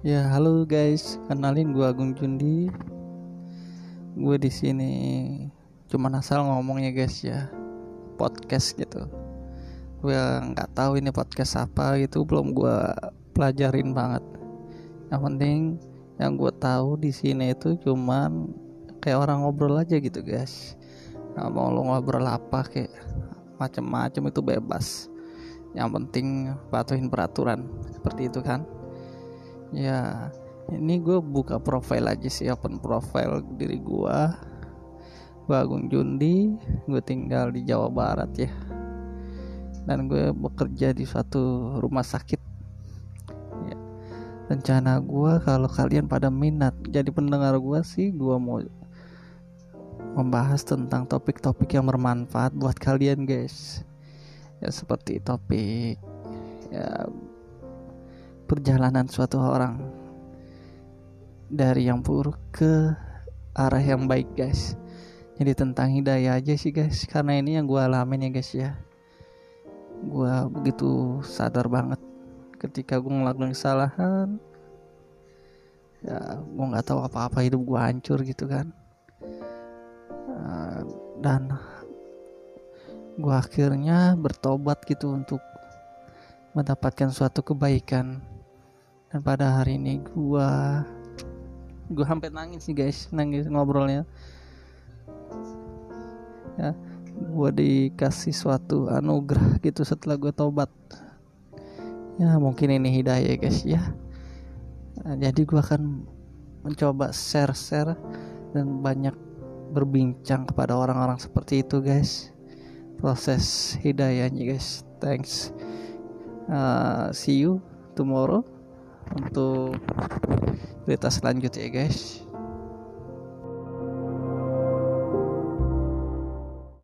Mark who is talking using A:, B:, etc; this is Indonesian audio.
A: Ya, halo guys, kenalin gue Agung Jundi. Gue di sini cuma asal ngomong ya guys ya, podcast gitu. Gue nggak tahu ini podcast apa gitu, belum gue pelajarin banget. Yang penting yang gue tahu di sini itu cuman kayak orang ngobrol aja gitu guys. Nah, mau lo ngobrol apa kayak macem-macem itu bebas. Yang penting patuhin peraturan seperti itu kan. Ya, ini gue buka profile aja sih, open profile diri gue Agung Jundi. Gue tinggal di Jawa Barat ya, dan gue bekerja di suatu rumah sakit ya. Rencana gue kalau kalian pada minat jadi pendengar gue sih, gue mau membahas tentang topik-topik yang bermanfaat buat kalian guys. Ya seperti topik ya, perjalanan suatu orang dari yang buruk ke arah yang baik guys. Jadi tentang hidayah aja sih guys, karena ini yang gue alamin ya guys ya. Gue begitu sadar banget ketika gue ngelakuin kesalahan. Ya gue gak tahu apa-apa, hidup gue hancur gitu kan. Dan gue akhirnya bertobat gitu untuk mendapatkan suatu kebaikan. Dan pada hari ini gue hampir nangis sih guys, nangis ngobrolnya ya. Gue dikasih suatu anugerah gitu setelah gue tobat ya, mungkin ini hidayah guys ya. Nah, jadi gue akan mencoba share dan banyak berbincang kepada orang-orang seperti itu guys, proses hidayahnya guys. Thanks, see you tomorrow untuk cerita selanjutnya guys.